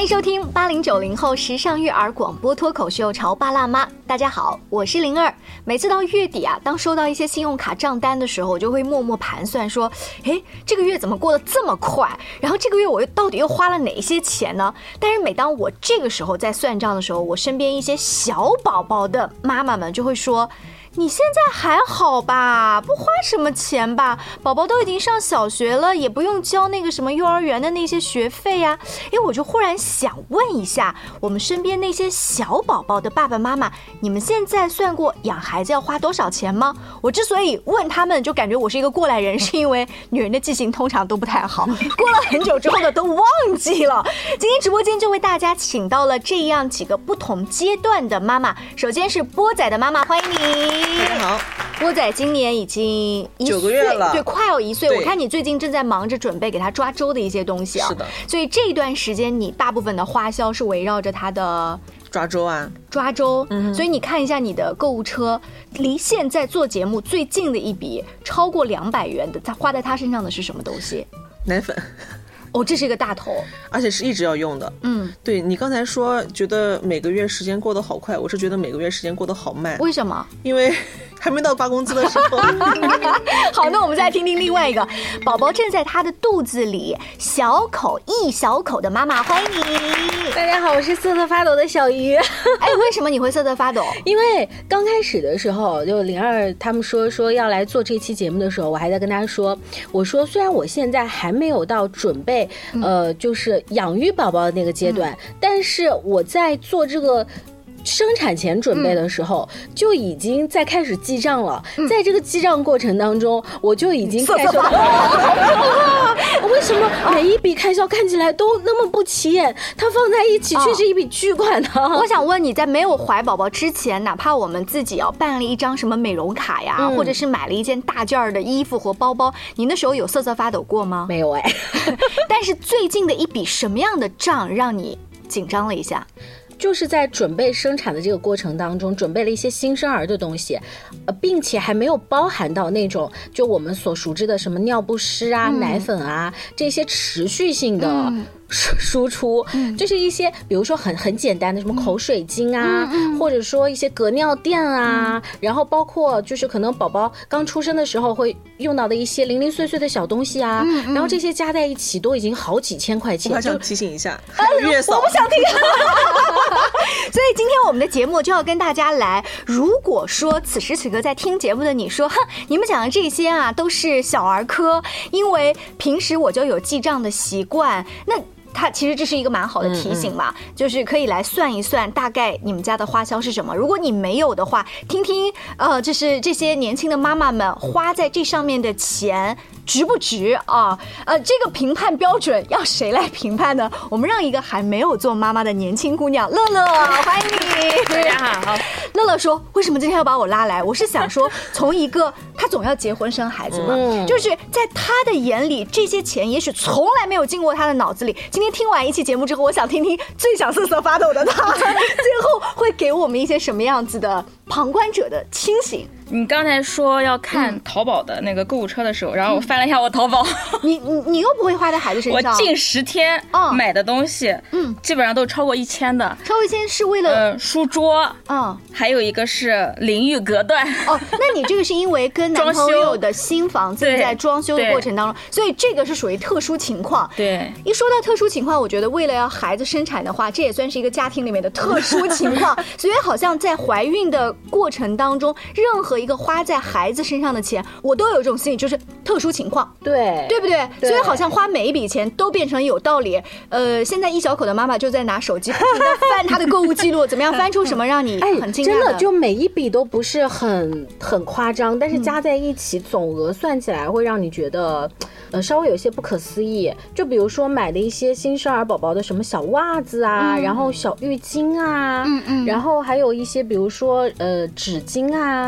欢迎收听8090后时尚育儿广播脱口秀《潮爸辣妈》。大家好，我是灵儿。每次到月底啊，当收到一些信用卡账单的时候，我就会默默盘算说，这个月怎么过得这么快？然后这个月我到底又花了哪些钱呢？但是每当我这个时候在算账的时候，我身边一些小宝宝的妈妈们就会说，你现在还好吧，不花什么钱吧，宝宝都已经上小学了，也不用交那个什么幼儿园的那些学费啊。我就忽然想问一下我们身边那些小宝宝的爸爸妈妈，你们现在算过养孩子要花多少钱吗？我之所以问他们，就感觉我是一个过来人，是因为女人的记性通常都不太好，过了很久之后的都忘记了。今天直播间就为大家请到了这样几个不同阶段的妈妈。首先是波仔的妈妈，欢迎你。 大家好， 波仔今年已经 9个月了， 对，快要1岁。我看你最近正在忙着准备给他抓周的一些东西啊。 是的。 所以这一段时间你大部分的花销是围绕着他的抓周啊， 抓周。所以你看一下你的购物车，离现在做节目最近的一笔超过200元的，他花在他身上的是什么东西？ 奶粉。 这是一个大头， 而且是一直要用的。对，你刚才说觉得每个月时间过得好快，我是觉得每个月时间过得好慢。 为什么？ 因为还没到发工资的时候。 好，那我们再来听听另外一个宝宝正在他的肚子里一小口的妈妈，欢迎你。 大家好，我是瑟瑟发抖的小鱼。 为什么你会瑟瑟发抖？ 因为刚开始的时候，就灵儿他们说要来做这期节目的时候，我还在跟他说，我说虽然我现在还没有到准备就是养育宝宝的那个阶段，但是我在做这个生产前准备的时候，就已经在开始记账了。在这个记账过程当中，我就已经开始为什么每一笔开销看起来都那么不起眼？它放在一起却是一笔巨款呢？ 我想问你在没有怀宝宝之前，哪怕我们自己办了一张什么美容卡呀，或者是买了一件大件的衣服和包包，你那时候有瑟瑟发抖过吗？ 没有但是最近的一笔什么样的账让你紧张了一下？ 就是在准备生产的这个过程当中，准备了一些新生儿的东西，并且还没有包含到那种就我们所熟知的什么尿不湿啊、奶粉啊这些持续性的输出，就是一些比如说很简单的什么口水巾啊，或者说一些隔尿垫啊，然后包括就是可能宝宝刚出生的时候会用到的一些零零碎碎的小东西啊，然后这些加在一起都已经好几千块钱。 我还想提醒一下，月嫂， 我不想听。所以今天我们的节目就要跟大家来，如果说此时此刻在听节目的你说，你们讲的这些啊都是小儿科，因为平时我就有记账的习惯，那它其实这是一个蛮好的提醒嘛，就是可以来算一算大概你们家的花销是什么。如果你没有的话，听听就是这些年轻的妈妈们花在这上面的钱值不值啊？这个评判标准要谁来评判呢？我们让一个还没有做妈妈的年轻姑娘乐乐，欢迎你。 大家好。 乐乐说，为什么今天要把我拉来？我是想说，从一个他总要结婚生孩子嘛，就是在他的眼里，这些钱也许从来没有进过他的脑子里。今天听完一期节目之后，我想听听最想瑟瑟发抖的他，最后会给我们一些什么样子的旁观者的清醒。 你刚才说要看淘宝的那个购物车的时候，然后我翻了一下我淘宝， 你又不会花在孩子身上。 我近10天买的东西，基本上都超过1000的。 超过1000是为了书桌，还有一个是淋浴隔断。 那你这个是因为跟男朋友的新房正在装修的过程当中，所以这个是属于特殊情况。 对， 一说到特殊情况，我觉得为了要孩子生产的话，这也算是一个家庭里面的特殊情况。所以好像在怀孕的过程当中，任何一个花在孩子身上的钱，我都有这种心理，就是特殊情况，对不对？所以好像花每一笔钱都变成有道理。现在一小口的妈妈就在拿手机不停地翻她的购物记录，怎么样翻出什么让你很惊讶的？ 真的就每一笔都不是很夸张，但是加在一起总额算起来会让你觉得稍微有些不可思议。就比如说买的一些新生儿宝宝的什么小袜子啊，然后小浴巾啊，然后还有一些比如说纸巾啊、棉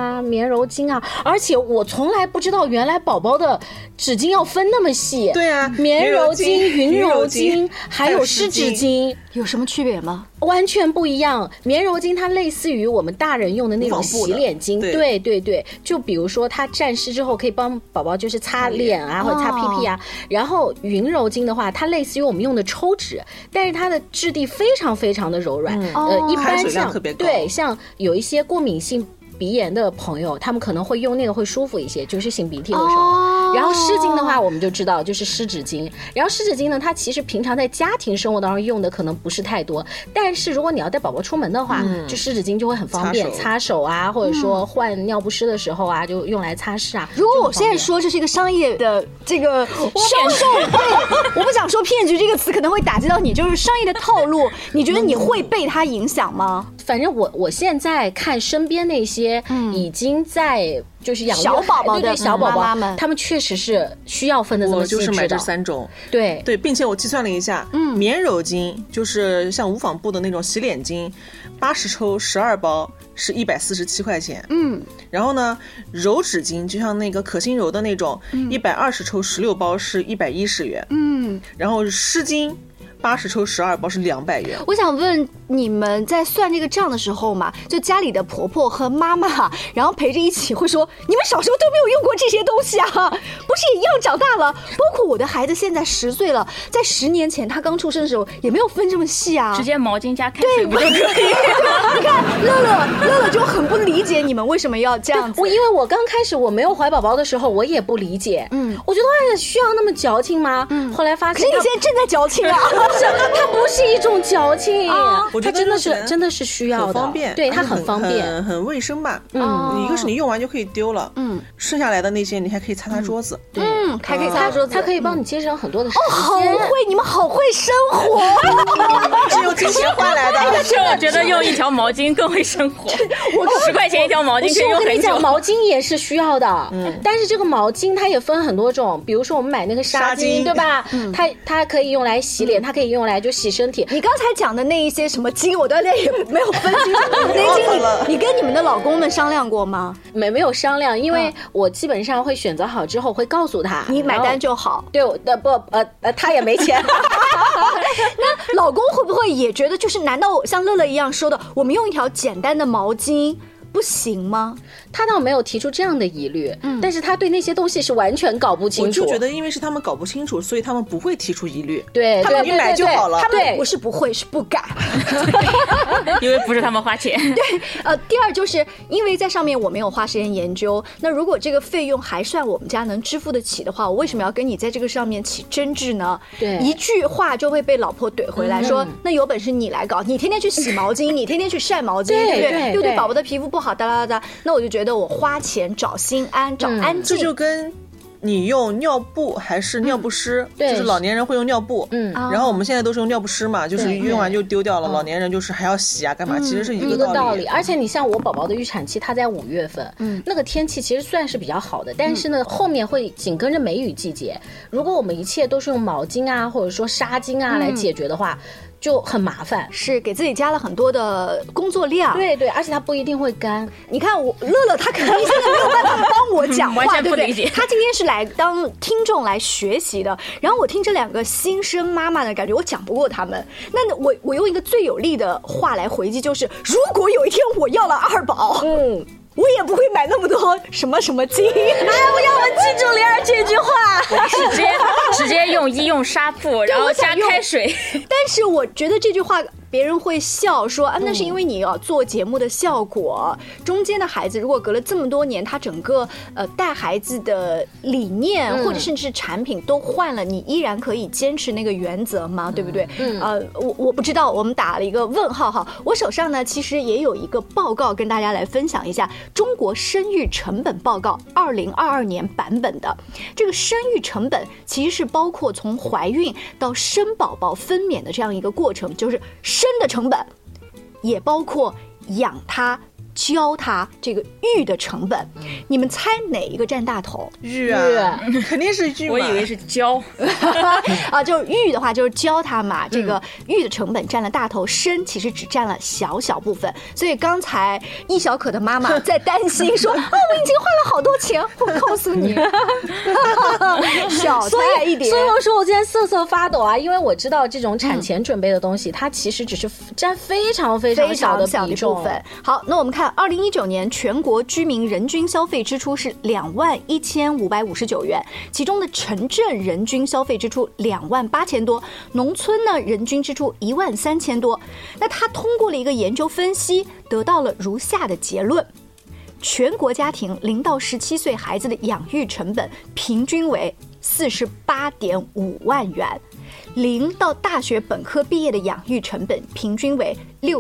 棉柔巾啊，而且我从来不知道原来宝宝的纸巾要分那么细。 对啊， 棉柔巾、云柔巾，还有湿纸巾， 有什么区别吗？ 完全不一样。棉柔巾它类似于我们大人用的那种洗脸巾，对对对，就比如说它沾湿之后可以帮宝宝就是擦脸啊，或者擦屁屁啊。然后云柔巾的话，它类似于我们用的抽纸，但是它的质地非常非常的柔软，一般像有一些过敏性鼻炎的朋友，他们可能会用那个会舒服一些，就是擤鼻涕的时候。然后湿巾的话，我们就知道就是湿纸巾。然后湿纸巾呢，它其实平常在家庭生活当中用的可能不是太多，但是如果你要带宝宝出门的话，就湿纸巾就会很方便，擦手啊，或者说换尿不湿的时候啊，就用来擦拭啊。 如果我现在说这是一个商业的这个销售，对，我不想说骗局这个词可能会打击到你，就是商业的套路，你觉得你会被它影响吗？ 反正我现在看身边那些已经在就是养小宝宝的小宝宝妈妈们， 他们确实是需要分的这么细致的。 我就是买这3种， 对， 并且我计算了一下，棉柔巾就是像无纺布的那种洗脸巾，80抽12包是147块钱，然后呢，柔纸巾就像那个可心柔的那种，120抽16包是110元，然后湿巾80抽12包是200元。 我想问你们在算这个账的时候嘛，就家里的婆婆和妈妈，然后陪着一起会说，你们小时候都没有用过这些东西啊，不是也一样长大了？包括我的孩子现在10岁了，在10年前他刚出生的时候也没有分这么细啊， 直接毛巾加开水不就可以了？你看乐乐就很不理解你们为什么要这样子。 因为我刚开始我没有怀宝宝的时候，我也不理解，我觉得需要那么矫情吗？后来发现， 可是你现在正在矫情啊。 它不是一种矫情， 我觉得真的是需要的， 很方便， 对，它很方便， 很卫生吧。一个是你用完就可以丢了，剩下来的那些你还可以擦桌子， 还可以擦桌子， 它可以帮你节省很多的时间。 好会，你们好会生活， 是用金钱换来的。 是我觉得用一条毛巾更会生活，我10块钱一条毛巾可以用很久。 我跟你讲，毛巾也是需要的，但是这个毛巾它也分很多种，比如说我们买那个纱巾，对吧？它可以用来洗脸，它可以用来就洗身体。 你刚才讲的那一些什么巾，我到现在也没有分清楚。那巾你跟你们的老公们商量过吗？ 没有商量，因为我基本上会选择好之后会告诉他， 你买单就好。 对，他也没钱。 那老公会不会也觉得，就是难道像乐乐一样说的，我们用一条简单的毛巾不行吗？ 他倒没有提出这样的疑虑，但是他对那些东西是完全搞不清楚。 我就觉得，因为是他们搞不清楚，所以他们不会提出疑虑。 对， 他们买就好了。 他们不是不会，是不敢， 因为不是他们花钱。 对，第二就是因为在上面我没有花时间研究，那如果这个费用还算我们家能支付得起的话，我为什么要跟你在这个上面起争执呢？ 对， 一句话就会被老婆怼回来说，那有本事你来搞，你天天去洗毛巾，你天天去晒毛巾，对不对？又对宝宝的皮肤不好，哒啦哒哒。那我就觉得我花钱找心安，找安静。 这就跟你用尿布还是尿不湿，就是老年人会用尿布，然后我们现在都是用尿不湿嘛，就是用完就丢掉了。老年人就是还要洗啊，干嘛？其实是一个道理。 而且你像我宝宝的预产期，他在5月份，那个天气其实算是比较好的，但是呢，后面会紧跟着梅雨季节。如果我们一切都是用毛巾啊，或者说纱巾啊来解决的话，就很麻烦， 是给自己加了很多的工作量。 对对，而且它不一定会干。 你看我乐乐，他肯定现在没有办法帮我讲话， 完全不理解。 他今天是来当听众来学习的，然后我听这2个新生妈妈的感觉，我讲不过他们。那我用一个最有力的话来回击，就是如果有一天我要了2宝，我也不会买那么多什么什么巾。哎，我要我记住灵儿这句话， 直接用医用纱布，然后加开水。 但是我觉得这句话别人会笑说啊，那是因为你要做节目的效果。中间的孩子如果隔了这么多年，他整个带孩子的理念或者甚至是产品都换了，你依然可以坚持那个原则吗？对不对？我不知道，我们打了一个问号哈。我手上呢其实也有一个报告跟大家来分享一下，中国生育成本报告2022年版本的。这个生育成本其实是包括从怀孕到生宝宝分娩的这样一个过程，就是生的成本，也包括养他教他这个育的成本，你们猜哪一个占大头？ 育啊，肯定是育嘛。 我以为是教啊，就是育的话就是教他嘛，这个育的成本占了大头，生其实只占了小部分。所以刚才易小可的妈妈在担心说，我已经花了好多钱，我告诉你，小菜一碟。 所以我说我今天瑟瑟发抖啊，因为我知道这种产前准备的东西，它其实只是占非常小的比重。 好，那我们看2019年全国居民人均消费支出是21559元，其中的城镇人均消费支出28000多，农村呢人均支出13000多。那他通过了一个研究分析，得到了如下的结论：全国家庭0到17岁孩子的养育成本平均为48.5万元。0到大学本科毕业的养育成本平均为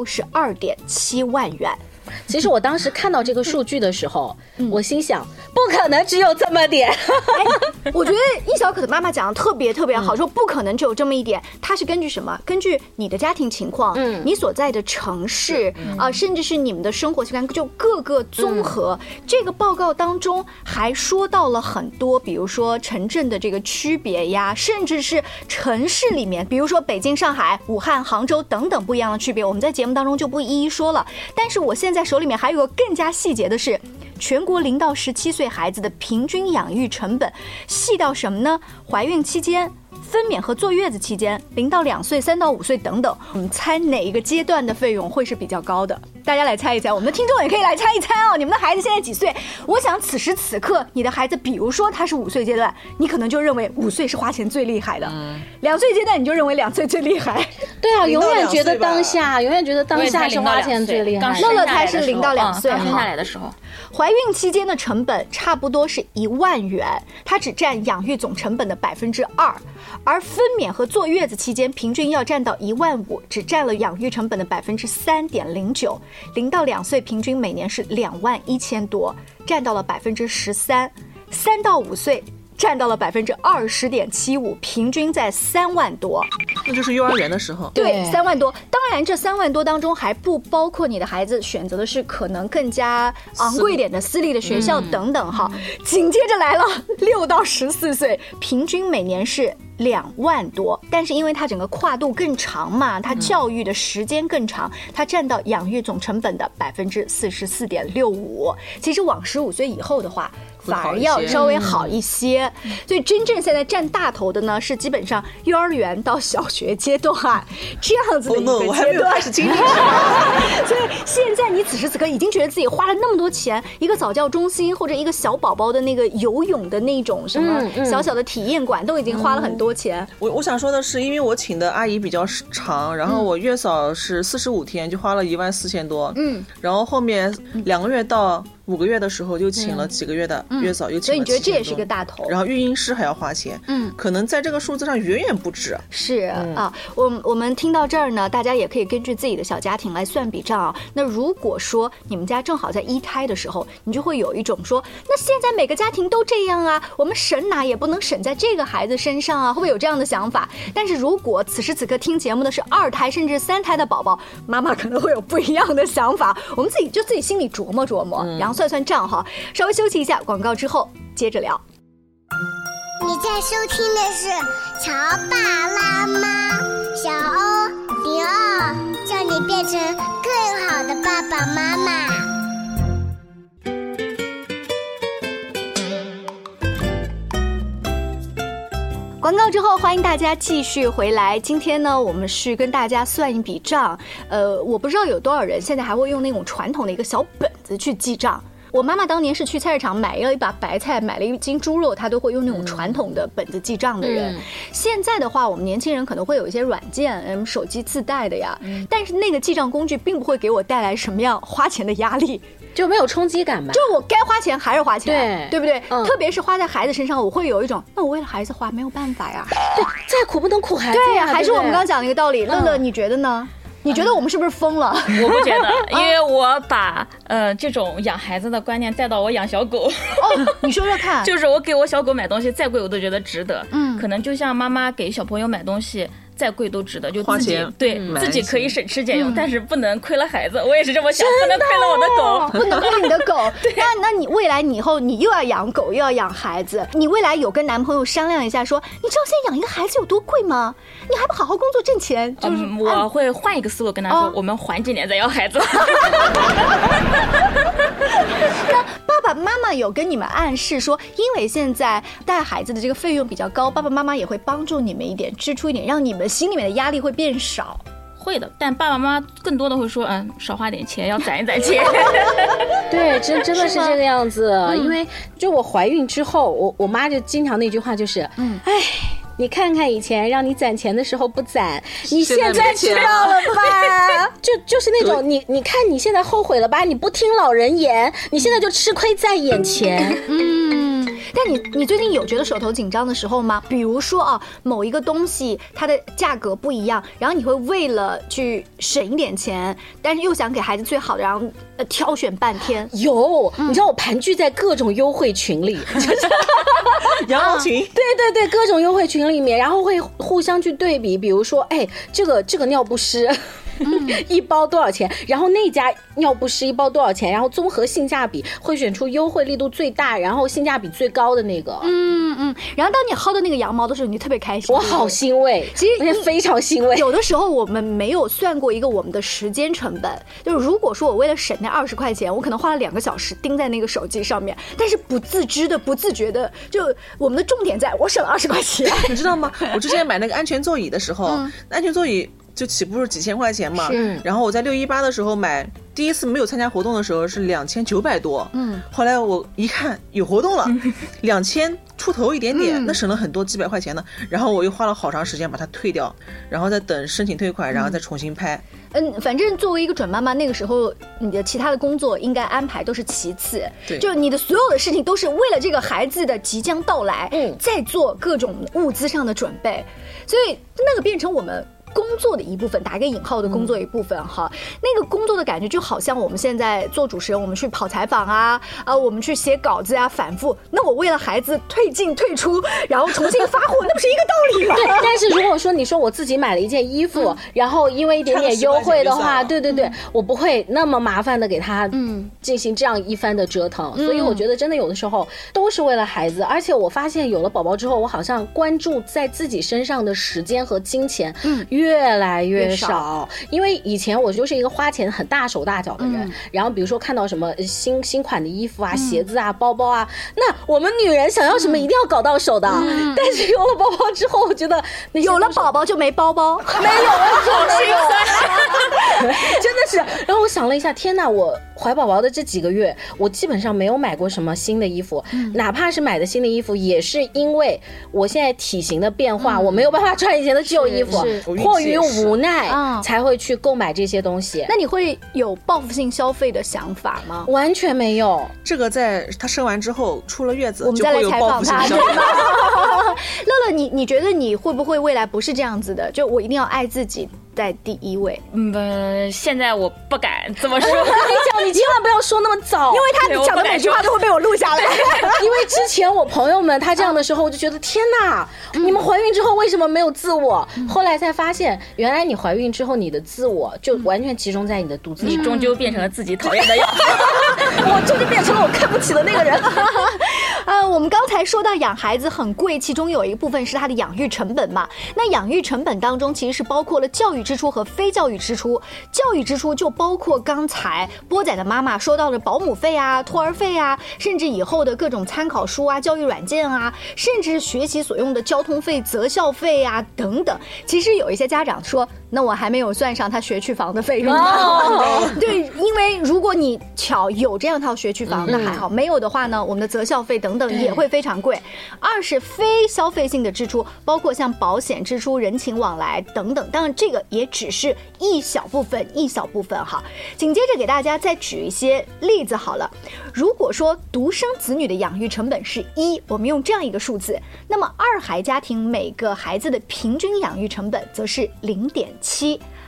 62.7万元。 其实我当时看到这个数据的时候，我心想，不可能只有这么点。 我觉得易小可的妈妈讲的特别好，说不可能只有这么一点。它是根据什么？根据你的家庭情况，你所在的城市啊，甚至是你们的生活习惯，就各个综合。这个报告当中还说到了很多，比如说城镇的这个区别呀，甚至是城市里面，比如说北京、上海、武汉、杭州等等不一样的区别，我们在节目当中就不一一说了。但是我现在手里面还有个更加细节的是，全国0到17岁孩子的平均养育成本细到什么呢？怀孕期间、分娩和坐月子期间、0到2岁、3到5岁等等，我们猜哪一个阶段的费用会是比较高的？大家来猜一猜，我们的听众也可以来猜一猜哦。你们的孩子现在几岁？我想此时此刻你的孩子，比如说他是5岁阶段，你可能就认为5岁是花钱最厉害的，2岁阶段你就认为2岁最厉害。 对啊，永远觉得当下是花钱最厉害。 乐乐才是0到2岁， 刚生下来的时候， 怀孕期间的成本差不多是1万元，它只占养育总成本的2%，而分娩和坐月子期间平均要占到1万5，只占了养育成本的3.09%。0到2岁平均每年是21000多，占到了13%；3到5岁占到了20.75%，平均在3万多。 那就是幼儿园的时候。 对，3万多。当然，这3万多当中还不包括你的孩子选择的是可能更加昂贵一点的私立的学校等等哈。紧接着来了6到14岁，平均每年是2万多，但是因为它整个跨度更长嘛，它教育的时间更长，它占到养育总成本的44.65%。其实往15岁以后的话，反而要稍微好一些。所以真正现在占大头的呢，是基本上幼儿园到小学阶段这样子的一个阶段。 我还没有开始经历。 所以现在你此时此刻已经觉得自己花了那么多钱，一个早教中心或者一个小宝宝的那个游泳的那种什么小小的体验馆，都已经花了很多钱。 我想说的是，因为我请的阿姨比较长，然后我月嫂是45天就花了14000多，然后后面2个月到5个月的时候就请了几个月的月嫂，又请了7000多。 所以你觉得这也是个大头？ 然后育婴师还要花钱，可能在这个数字上远远不止。 是啊，我们听到这儿呢，大家也可以根据自己的小家庭来算笔账啊。那如果说你们家正好在1胎的时候，你就会有一种说，那现在每个家庭都这样啊，我们省哪也不能省在这个孩子身上啊，会不会有这样的想法？但是如果此时此刻听节目的是2胎甚至3胎的宝宝，妈妈可能会有不一样的想法。我们自己心里琢磨琢磨，然后算算账哈。稍微休息一下，广告之后接着聊。 你在收听的是乔爸拉妈，小欧02，叫你变成更好的爸爸妈妈。 广告之后，欢迎大家继续回来。今天呢，我们是跟大家算一笔账。我不知道有多少人现在还会用那种传统的一个小本子去记账。我妈妈当年是去菜市场买了一把白菜，买了1斤猪肉，她都会用那种传统的本子记账的人。现在的话，我们年轻人可能会有一些软件，手机自带的呀，但是那个记账工具并不会给我带来什么样花钱的压力。 就没有冲击感吧？ 就我该花钱还是花钱，对不对？特别是花在孩子身上，我会有一种，那我为了孩子花没有办法呀。 对，再苦不能苦孩子呀。 对，还是我们刚讲的一个道理。乐乐，你觉得呢？你觉得我们是不是疯了？ 我不觉得，因为我把这种养孩子的观念带到我养小狗。 你说说看。 就是我给我小狗买东西再贵我都觉得值得。可能就像妈妈给小朋友买东西， 再贵都值得，就花自己钱对自己可以省吃俭用，但是不能亏了孩子。我也是这么想，不能亏了我的狗， 不能亏你的狗。那你未来你以后你又要养狗又要养孩子，你未来有跟男朋友商量一下说，你知道现在养一个孩子有多贵吗？你还不好好工作挣钱？就是我会换一个思路跟他说，我们缓几年再要孩子。 那爸爸妈妈有跟你们暗示说，因为现在带孩子的这个费用比较高，爸爸妈妈也会帮助你们一点，支出一点，让你们心里面的压力会变少。 会的，但爸爸妈妈更多的会说，少花点钱，要攒一攒钱。 对，真的是这个样子。因为就我怀孕之后，我妈就经常那句话就是，你看看以前让你攒钱的时候不攒，你现在知道了吧？就是那种你看你现在后悔了吧？你不听老人言，你现在就吃亏在眼前。 但你最近有觉得手头紧张的时候吗？比如说某一个东西它的价格不一样，然后你会为了去省一点钱，但是又想给孩子最好的，然后挑选半天。 有，你知道我盘踞在各种优惠群里， 羊毛群， 对，各种优惠群里面，然后会互相去对比，比如说，这个尿不湿。一包多少钱？然后那家尿不湿一包多少钱？然后综合性价比会选出优惠力度最大，然后性价比最高的那个。 然后当你薅到那个羊毛的时候，你特别开心。 我好欣慰， 其实而且非常欣慰。 有的时候我们没有算过一个我们的时间成本，就是如果说我为了省那20块钱，我可能花了2个小时盯在那个手机上面，但是不自知的、不自觉的，就我们的重点在我省了20块钱， 你知道吗？我之前买那个安全座椅的时候，安全座椅就起步是几千块钱嘛，然后我在618的时候买，第一次没有参加活动的时候是2900多，后来我一看有活动了，2000出头一点点，那省了很多几百块钱呢，然后我又花了好长时间把它退掉，然后再等申请退款，然后再重新拍。 反正作为一个准妈妈，那个时候你的其他的工作应该安排都是其次， 对， 就你的所有的事情都是为了这个孩子的即将到来，再做各种物资上的准备，所以那个变成我们工作的一部分，打一个引号的工作一部分哈，那个工作的感觉就好像我们现在做主持人，我们去跑采访我们去写稿子反复。那我为了孩子退进退出，然后重新发货，那不是一个道理吗？ 对，但是如果说你说我自己买了一件衣服，然后因为一点点优惠的话，对，我不会那么麻烦的给他进行这样一番的折腾。所以我觉得真的有的时候都是为了孩子，而且我发现有了宝宝之后，我好像关注在自己身上的时间和金钱越来越少，因为以前我就是一个花钱很大手大脚的人，然后比如说看到什么新款的衣服鞋子包包那我们女人想要什么一定要搞到手的，但是有了宝宝之后，我觉得有了宝宝就没包包， 没有，真的是。然后我想了一下，天哪，我怀宝宝的这几个月，我基本上没有买过什么新的衣服，哪怕是买的新的衣服，也是因为我现在体型的变化，我没有办法穿以前的旧衣服，迫于无奈才会去购买这些东西。 那你会有报复性消费的想法吗？ 完全没有， 这个在他生完之后出了月子， 我们再来采访他。乐乐，你觉得你会不会未来不是这样子的？就我一定要爱自己在第一位。 现在我不敢这么说。 你千万不要说那么早， 因为他讲的每句话都会被我录下来。 因为之前我朋友们他这样的时候，我就觉得天哪，你们怀孕之后为什么没有自我？后来才发现，原来你怀孕之后，你的自我就完全集中在你的肚子里， 你终究变成了自己讨厌的样子。 我终究变成了我看不起的那个人。 我们刚才说到养孩子很贵，其中有一部分是它的养育成本嘛。那养育成本当中其实是包括了教育支出和非教育支出。教育支出就包括刚才波仔的妈妈说到的保姆费托儿费甚至以后的各种参考书教育软件甚至学习所用的交通费、择校费等等。其实有一些家长说，那我还没有算上他学区房的费用。对，因为如果你巧有这样套学区房，那还好；没有的话呢，我们的择校费等等也会非常贵。二是非消费性的支出，包括像保险支出、人情往来等等。当然，这个也只是一小部分哈。紧接着给大家再举一些例子好了。如果说独生子女的养育成本是1，我们用这样一个数字，那么2孩家庭每个孩子的平均养育成本则是0.7。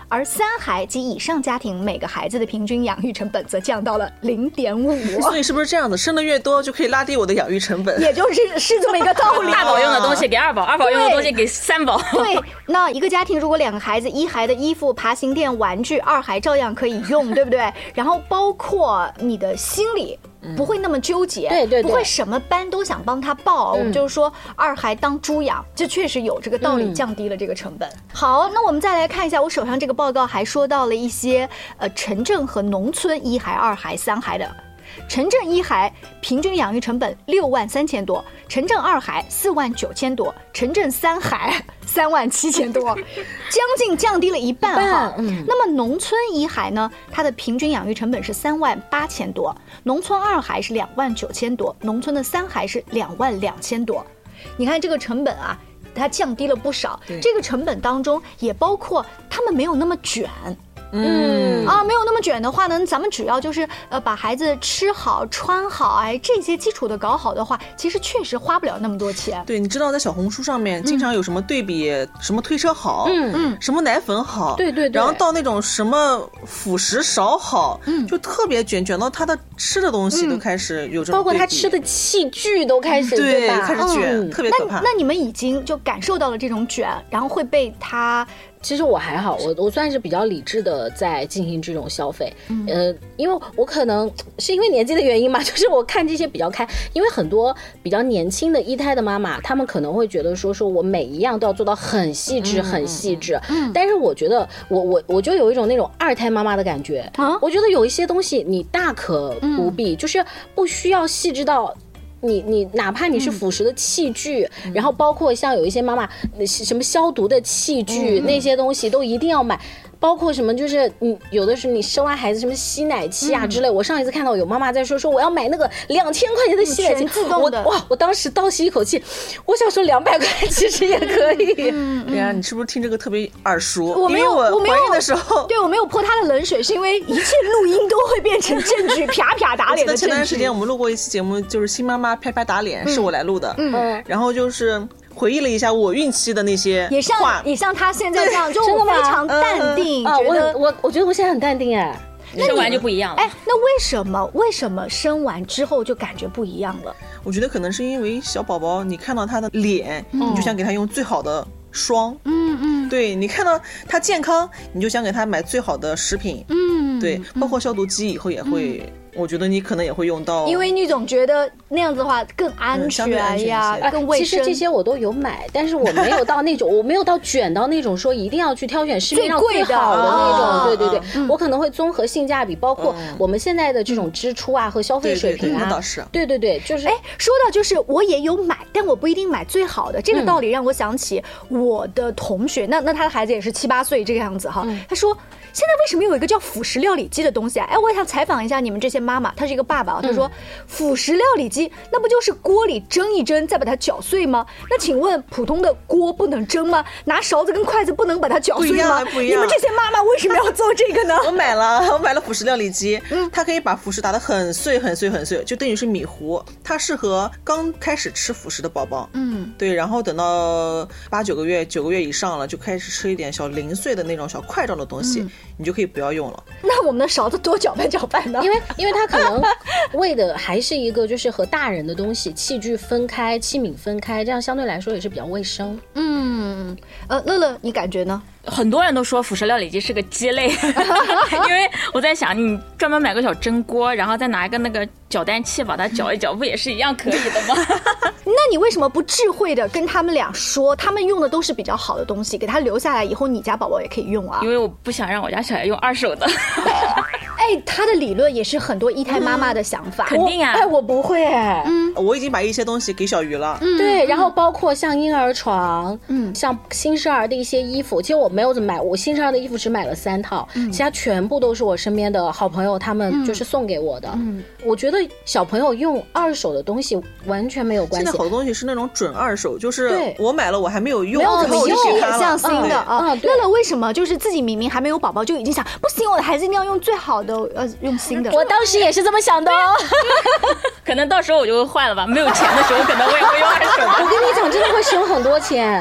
而3孩及以上家庭每个孩子的平均养育成本则降到了0.5。 所以是不是这样的？生的越多就可以拉低我的养育成本？ 也是这么一个道理。 大宝用的东西给2宝，2宝用的东西给3宝。 对，那一个家庭如果2个孩子，1孩的衣服、爬行垫、玩具，2孩照样可以用，对不对？然后包括你的心理。不会那么纠结， 对， 不会什么班都想帮他报。我们就是说2孩当猪养，这确实有这个道理，降低了这个成本。好，那我们再来看一下，我手上这个报告还说到了一些城镇和农村1孩、2孩、3孩的。城镇1孩平均养育成本63000多，城镇2孩49000多，城镇3孩37000多，将近降低了一半哈。那么农村1孩呢，它的平均养育成本是38000多，农村2孩是29000多，农村的3孩是22000多。你看这个成本啊，它降低了不少。这个成本当中也包括他们没有那么卷。没有那么卷的话呢，咱们只要就是把孩子吃好穿好，这些基础的搞好的话，其实确实花不了那么多钱。 对，你知道在小红书上面经常有什么对比，什么推车好，什么奶粉好， 对， 然后到那种什么辅食少好，就特别卷到他的吃的东西都开始有这种对比， 包括他吃的器具都开始对吧， 开始卷，特别可怕。 那你们已经就感受到了这种卷，然后会被他。 其实我还好，我算是比较理智的在进行这种消费，因为我可能是因为年纪的原因嘛，就是我看这些比较开，因为很多比较年轻的1胎的妈妈，她们可能会觉得说我每一样都要做到很细致，很细致，但是我觉得我就有一种那种2胎妈妈的感觉，我觉得有一些东西你大可不必，就是不需要细致到。你哪怕你是辅食的器具，然后包括像有一些妈妈什么消毒的器具，那些东西都一定要买。包括什么，就是你有的是你生完孩子什么吸奶器啊之类，我上一次看到有妈妈在说我要买那个2000块钱的吸奶器， 自动的， 我当时倒吸一口气，我想说200块其实也可以。 对呀，你是不是听这个特别耳熟？ 我没有， 我怀孕的时候， 对，我没有泼他的冷水，是因为一切录音都会变成证据，啪啪打脸的证据。 前段时间我们录过一期节目，就是新妈妈啪啪打脸，是我来录的，然后就是回忆了一下我孕期的那些话， 也像他现在这样，就非常淡定。 我觉得我现在很淡定哎， 生完就不一样了。 那为什么生完之后就感觉不一样了？ 我觉得可能是因为小宝宝，你看到他的脸，你就想给他用最好的霜，对，你看到他健康，你就想给他买最好的食品，对，包括消毒机以后也会。我觉得你可能也会用到， 因为你总觉得那样子的话更安全呀，更卫生。 其实这些我都有买，但是我没有到那种，我没有到卷到那种说一定要去挑选市面上最好的那种。对，我可能会综合性价比，包括我们现在的这种支出啊和消费水平啊。 那倒是。 对，就是说到就是我也有买，但我不一定买最好的。这个道理让我想起我的同学，那他的孩子也是7、8岁这个样子哈。他说现在为什么有一个叫辅食料理机的东西啊？我也想采访一下你们这些妈妈，他是一个爸爸，他说辅食料理机那不就是锅里蒸一蒸再把它搅碎吗？那请问普通的锅不能蒸吗？拿勺子跟筷子不能把它搅碎吗？ 不一样。 你们这些妈妈为什么要做这个呢？ 我买了辅食料理机，它可以把辅食打得很碎很碎很碎，就等于是米糊，它适合刚开始吃辅食的宝宝。对，然后等到8、9个月9个月以上了，就开始吃一点小零碎的那种小块状的东西，你就可以不要用了。 那我们的勺子多搅拌呢？ 因为它可能为的还是一个就是和大人的东西器具分开，器皿分开，这样相对来说也是比较卫生。 乐乐你感觉呢？ 很多人都说辅食料理机是个鸡肋，因为我在想，你专门买个小蒸锅，然后再拿一个那个搅蛋器把它搅一搅，不也是一样可以的吗？ 那你为什么不智慧的跟他们俩说，他们用的都是比较好的东西，给他留下来，以后你家宝宝也可以用啊？ 因为我不想让我家小孩用2手的。 他的理论也是很多1胎妈妈的想法。 肯定啊， 我不会我已经把一些东西给小鱼了。 对，然后包括像婴儿床，像新生儿的一些衣服，其实我没有怎么买，我新生儿的衣服只买了3套，其他全部都是我身边的好朋友他们就是送给我的。我觉得小朋友用2手的东西完全没有关系。 现在好多东西是那种准2手，就是对我买了我还没有用， 怎么用也像新的啊。 乐乐为什么就是自己明明还没有宝宝就已经想不行，我的孩子一定要用最好的，用新的？ 我当时也是这么想的可能到时候我就会坏了吧，没有钱的时候可能我也会用2手的。 我跟你讲，真的会省很多钱。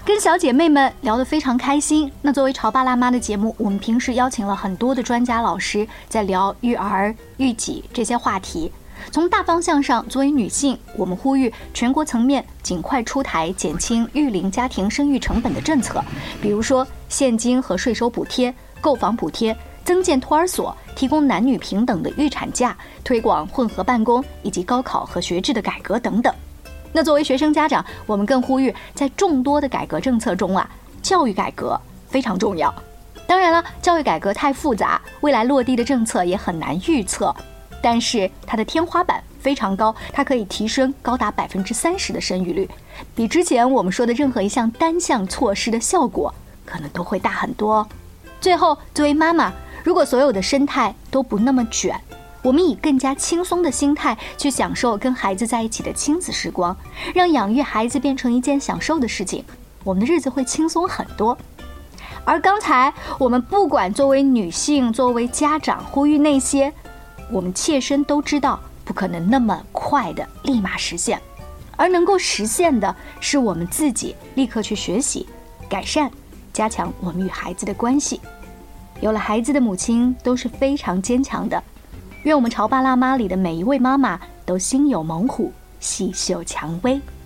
跟小姐妹们聊得非常开心。那作为潮爸辣妈的节目，我们平时邀请了很多的专家老师在聊育儿、育己这些话题。从大方向上，作为女性，我们呼吁全国层面尽快出台减轻育龄家庭生育成本的政策，比如说现金和税收补贴、购房补贴、增建托儿所、提供男女平等的预产假、推广混合办公以及高考和学制的改革等等。那作为学生家长，我们更呼吁在众多的改革政策中教育改革非常重要。当然了，教育改革太复杂，未来落地的政策也很难预测，但是它的天花板非常高，它可以提升高达30%的生育率，比之前我们说的任何一项单项措施的效果可能都会大很多哦。最后，作为妈妈，如果所有的生态都不那么卷，我们以更加轻松的心态去享受跟孩子在一起的亲子时光，让养育孩子变成一件享受的事情，我们的日子会轻松很多。而刚才我们不管作为女性，作为家长，呼吁那些我们切身都知道不可能那么快的立马实现，而能够实现的是我们自己立刻去学习、改善、加强我们与孩子的关系。有了孩子的母亲都是非常坚强的，愿我们潮爸辣妈里的每一位妈妈都心有猛虎，细嗅蔷薇。